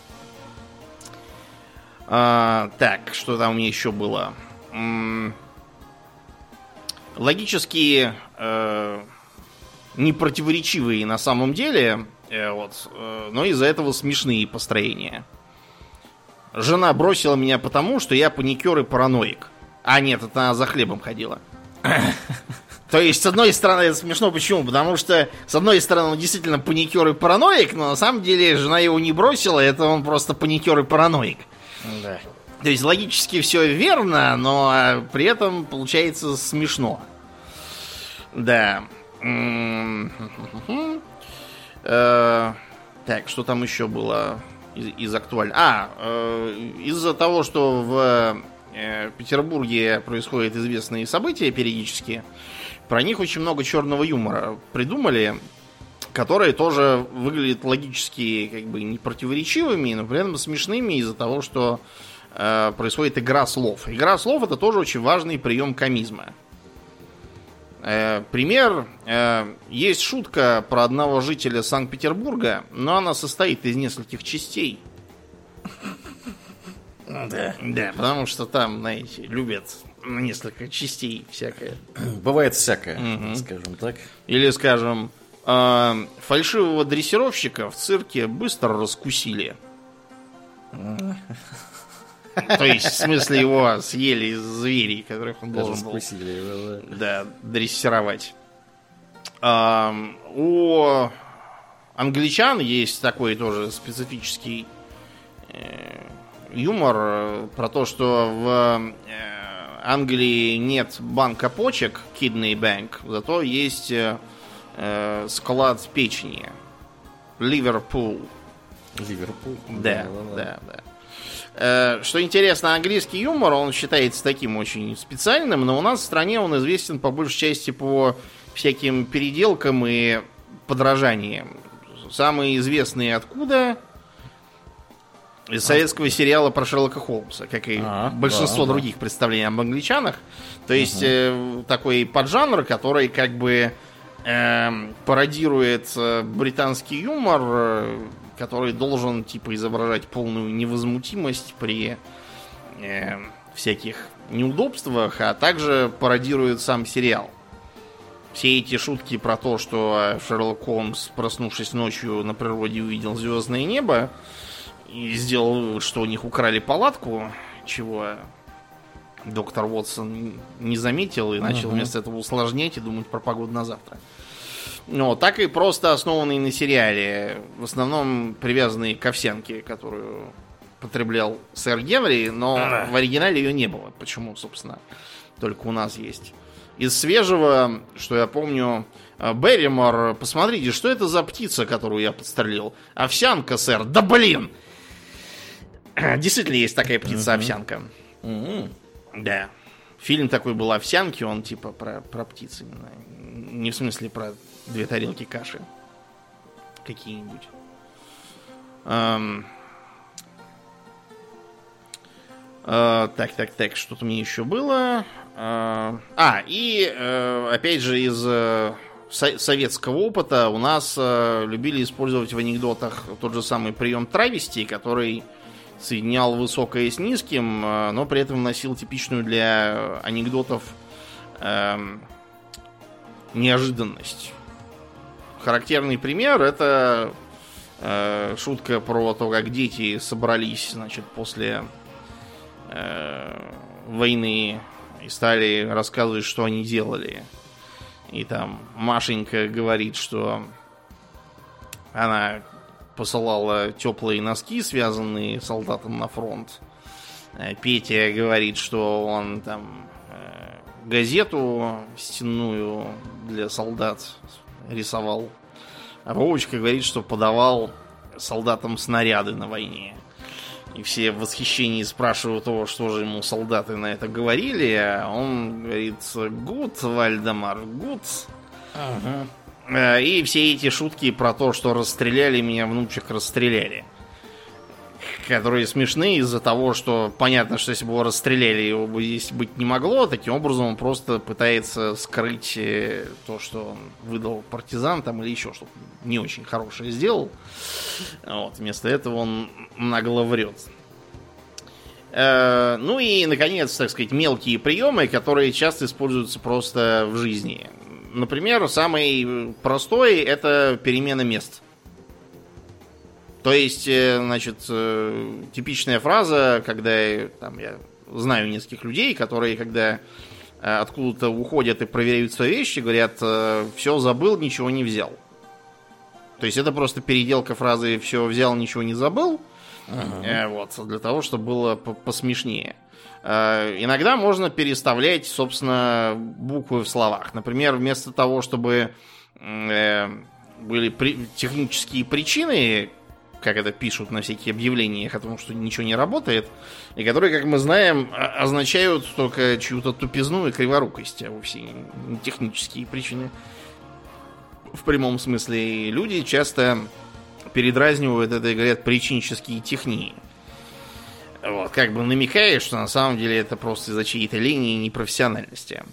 А, так, что там у меня еще было? М-м- логически э- непротиворечивые на самом деле. Вот. Но из-за этого смешные построения. Жена бросила меня потому, что я паникер и параноик. А нет, это она за хлебом ходила. То есть, с одной стороны, это смешно. Почему? Потому что, с одной стороны, он действительно паникер и параноик, но на самом деле жена его не бросила, это он просто паникер и параноик. Да. То есть, логически все верно, но при этом получается смешно. Да. Э, так, что там еще было из, из актуального? А, э, из-за того, что в э, Петербурге происходят известные события периодически, про них очень много черного юмора придумали, которые тоже выглядят логически как бы непротиворечивыми, но при этом смешными из-за того, что э, происходит игра слов. Игра слов — это тоже очень важный прием комизма. Э, пример. Э, есть шутка про одного жителя Санкт-Петербурга, но она состоит из нескольких частей. Да. Да, потому что там, знаете, любят несколько частей всякое. Бывает всякое, угу. Скажем так. Или, скажем, э, фальшивого дрессировщика в цирке быстро раскусили. То есть, в смысле, его съели звери, которых он должен был да, дрессировать. А, у англичан есть такой тоже специфический э, юмор про то, что в э, Англии нет банка почек, Kidney Bank, зато есть э, э, склад печени. Ливерпул. Ливерпул. Да, да, да. да. Э, что интересно, английский юмор, он считается таким очень специальным, но у нас в стране он известен по большей части по всяким переделкам и подражаниям. Самые известные откуда? Из советского сериала про Шерлока Холмса, как и а, большинство да, других да. представлений об англичанах. То есть uh-huh. э, такой поджанр, который как бы э, пародирует э, британский юмор, э, который должен типа изображать полную невозмутимость при э, всяких неудобствах, а также пародирует сам сериал. Все эти шутки про то, что Шерлок Холмс, проснувшись ночью на природе, увидел звездное небо и сделал вывод, что у них украли палатку, чего доктор Уотсон не заметил и начал uh-huh. вместо этого усложнять и думать про погоду на завтра. Ну, так и просто основанные на сериале, в основном привязанные к овсянке, которую потреблял сэр Генри, но uh-huh. в оригинале ее не было. Почему, собственно, только у нас есть. Из свежего, что я помню, Берримор, посмотрите, что это за птица, которую я подстрелил? Овсянка, сэр. Да блин! Действительно есть такая птица-овсянка. Mm-hmm. Да. Фильм такой был «Овсянки», он типа про, про птиц именно. Не в смысле про две тарелки каши. Какие-нибудь. Эм... Э, так, так, так, что-то мне еще было. Э, а, и э, опять же из э, со- советского опыта у нас э, любили использовать в анекдотах тот же самый прием травести, который соединял высокое с низким, но при этом носил типичную для анекдотов э, неожиданность. Характерный пример — это э, шутка про то, как дети собрались, значит, после э, войны и стали рассказывать, что они делали. И там Машенька говорит, что она посылала теплые носки, связанные солдатам на фронт. Петя говорит, что он там э, газету стенную для солдат рисовал. А Вовочка говорит, что подавал солдатам снаряды на войне. И все в восхищении спрашивают его, что же ему солдаты на это говорили. А он говорит: «Гуд, Вальдемар, гуд». Ага. И все эти шутки про то, что расстреляли меня, внучек расстреляли, которые смешны из-за того, что понятно, что если бы его расстреляли, его бы здесь быть не могло. Таким образом он просто пытается скрыть то, что он выдал партизан там, или еще что-то не очень хорошее сделал. Вот. Вместо этого он нагло врет. Ну и, наконец, так сказать, мелкие приемы, которые часто используются просто в жизни. Например, самый простой — это перемена мест. То есть, значит, типичная фраза, когда там, я знаю нескольких людей, которые, когда откуда-то уходят и проверяют свои вещи, говорят: «Все забыл, ничего не взял». То есть это просто переделка фразы «все взял, ничего не забыл». Uh-huh. Вот, для того, чтобы было посмешнее. Иногда можно переставлять, собственно, буквы в словах. Например, вместо того, чтобы э, были при- технические причины, как это пишут на всяких объявлениях о том, что ничего не работает, и которые, как мы знаем, означают только чью-то тупизну и криворукость, а вовсе не технические причины. В прямом смысле. И люди часто передразнивают это и говорят «причинческие технии». Вот, как бы намекая, что на самом деле это просто из-за чьей-то лени и непрофессиональности.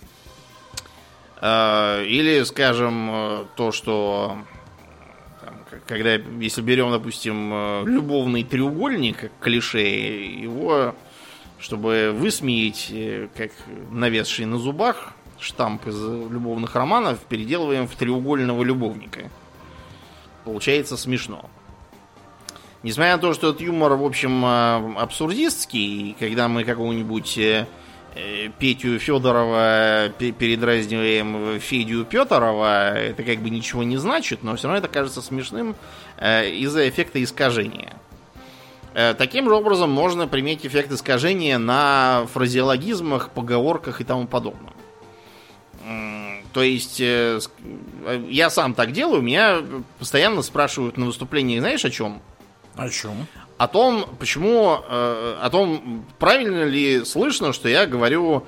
Или, скажем, то, что там, когда, если берем, допустим, любовный треугольник, как клише, его, чтобы высмеять, как навесший на зубах штамп из любовных романов, переделываем в треугольного любовника. Получается смешно. Несмотря на то, что этот юмор, в общем, абсурдистский, когда мы какого-нибудь Петю Федорова передразниваем Федю Петрова, это как бы ничего не значит, но все равно это кажется смешным из-за эффекта искажения. Таким же образом можно применить эффект искажения на фразеологизмах, поговорках и тому подобном. То есть, я сам так делаю, меня постоянно спрашивают на выступлениях, знаешь, о чем? О чем? О том, почему, о том, правильно ли слышно, что я говорю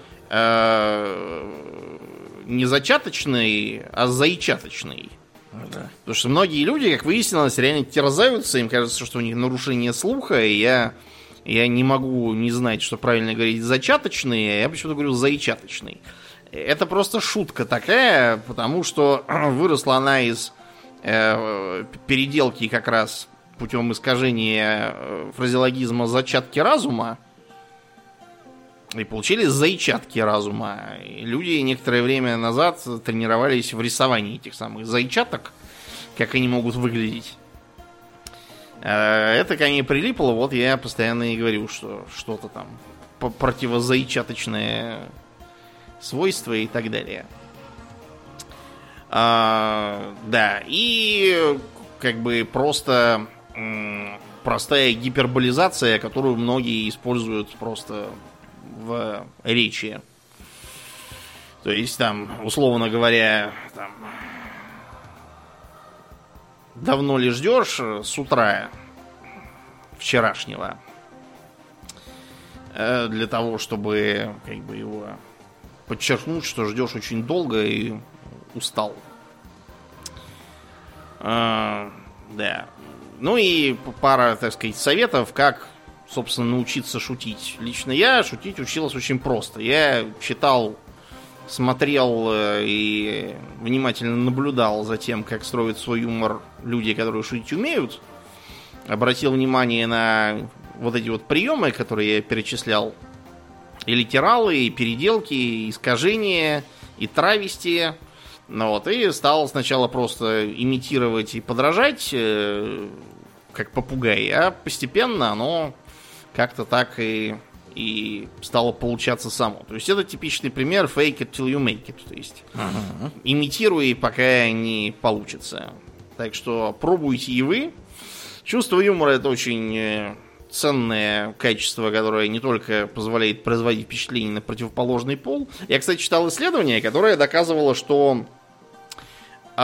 не зачаточный, а заичаточный. Да. Потому что многие люди, как выяснилось, реально терзаются, им кажется, что у них нарушение слуха, и я, я не могу не знать, что правильно говорить зачаточный, а я почему-то говорю заичаточный. Это просто шутка такая, потому что выросла она из э, переделки как раз путем искажения фразеологизма зачатки разума, и получились зайчатки разума. И люди некоторое время назад тренировались в рисовании этих самых зайчаток, как они могут выглядеть. Это ко мне прилипло, вот я постоянно и говорю, что что-то там противозайчаточное свойство и так далее. А, да, и как бы просто м, простая гиперболизация, которую многие используют просто в речи. То есть там, условно говоря, там, давно ли ждешь с утра вчерашнего для того, чтобы как бы его подчеркнуть, что ждешь очень долго и устал. А, да. Ну и пара, так сказать, советов, как, собственно, научиться шутить. Лично я шутить учился очень просто. Я читал, смотрел и внимательно наблюдал за тем, как строят свой юмор люди, которые шутить умеют. Обратил внимание на вот эти вот приемы, которые я перечислял. И литералы, и переделки, и искажения, и травести. Ну вот, и стал сначала просто имитировать и подражать, э, как попугай, а постепенно оно как-то так и, и стало получаться само. То есть это типичный пример fake it till you make it. То есть uh-huh. имитируй, пока не получится. Так что пробуйте и вы. Чувство юмора — это очень ценное качество, которое не только позволяет производить впечатление на противоположный пол. Я, кстати, читал исследование, которое доказывало, что э,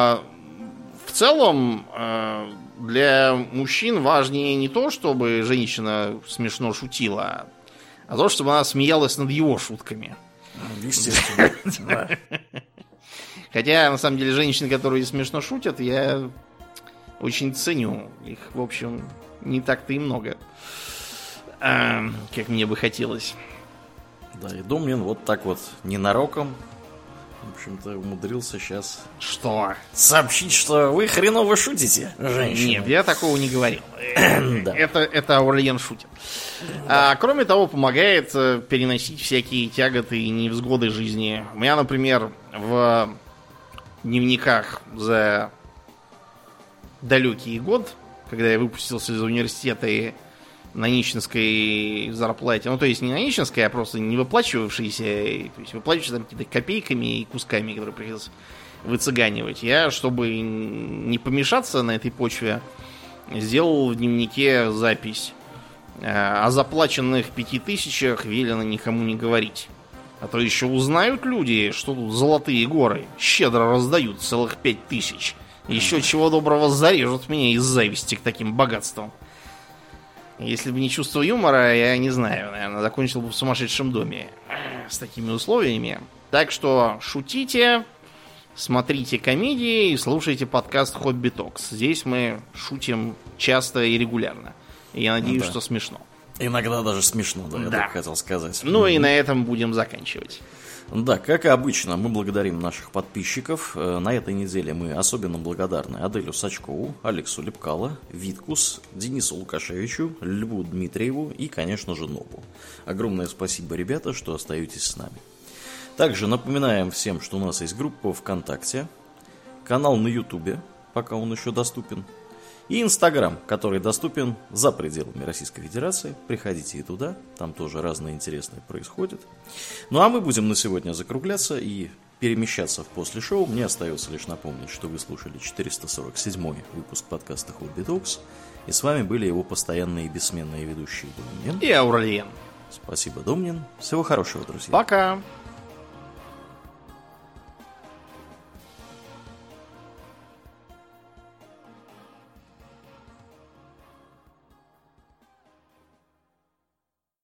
в целом э, для мужчин важнее не то, чтобы женщина смешно шутила, а то, чтобы она смеялась над его шутками. Естественно. Хотя, на самом деле, женщины, которые смешно шутят, я очень ценю. Их, в общем, не так-то и много, а, как мне бы хотелось. Да, и Домнин вот так вот ненароком, в общем-то, умудрился сейчас... Что? Сообщить, что вы хреново шутите, женщина. Нет, я такого не говорил. это, это Аурлиен шутит. А, кроме того, помогает переносить всякие тяготы и невзгоды жизни. У меня, например, в дневниках за далекий год, когда я выпустился из университета и на нищенской зарплате, ну то есть не на нищенской, а просто не выплачивавшейся, то есть выплачивающейся там какими-то копейками и кусками, которые приходилось выцыганивать. Я, чтобы не помешаться на этой почве, сделал в дневнике запись: о заплаченных пяти тысячах велено никому не говорить. А то еще узнают люди, что тут золотые горы щедро раздают, целых пять тысяч. Еще чего доброго зарежут меня из зависти к таким богатствам. Если бы не чувство юмора, я не знаю, наверное, закончил бы в сумасшедшем доме с такими условиями. Так что шутите, смотрите комедии и слушайте подкаст Хобби Токс. Здесь мы шутим часто и регулярно. И я надеюсь, ну, да. что смешно. Иногда даже смешно, да, я да. так хотел сказать. Ну mm-hmm. и на этом будем заканчивать. Да, как и обычно, мы благодарим наших подписчиков. На этой неделе мы особенно благодарны Аделю Сачкову, Алексу Лепкало, Виткус, Денису Лукашевичу, Льву Дмитриеву и, конечно же, Нобу. Огромное спасибо, ребята, что остаетесь с нами. Также напоминаем всем, что у нас есть группа ВКонтакте, канал на Ютубе, пока он еще доступен, и Инстаграм, который доступен за пределами Российской Федерации. Приходите и туда, там тоже разное интересное происходит. Ну а мы будем на сегодня закругляться и перемещаться в после шоу. Мне остается лишь напомнить, что вы слушали четыреста сорок седьмой выпуск подкаста Хобби Токс. И с вами были его постоянные и бессменные ведущие Домнин и Аурельен. Спасибо, Домнин. Всего хорошего, друзья. Пока.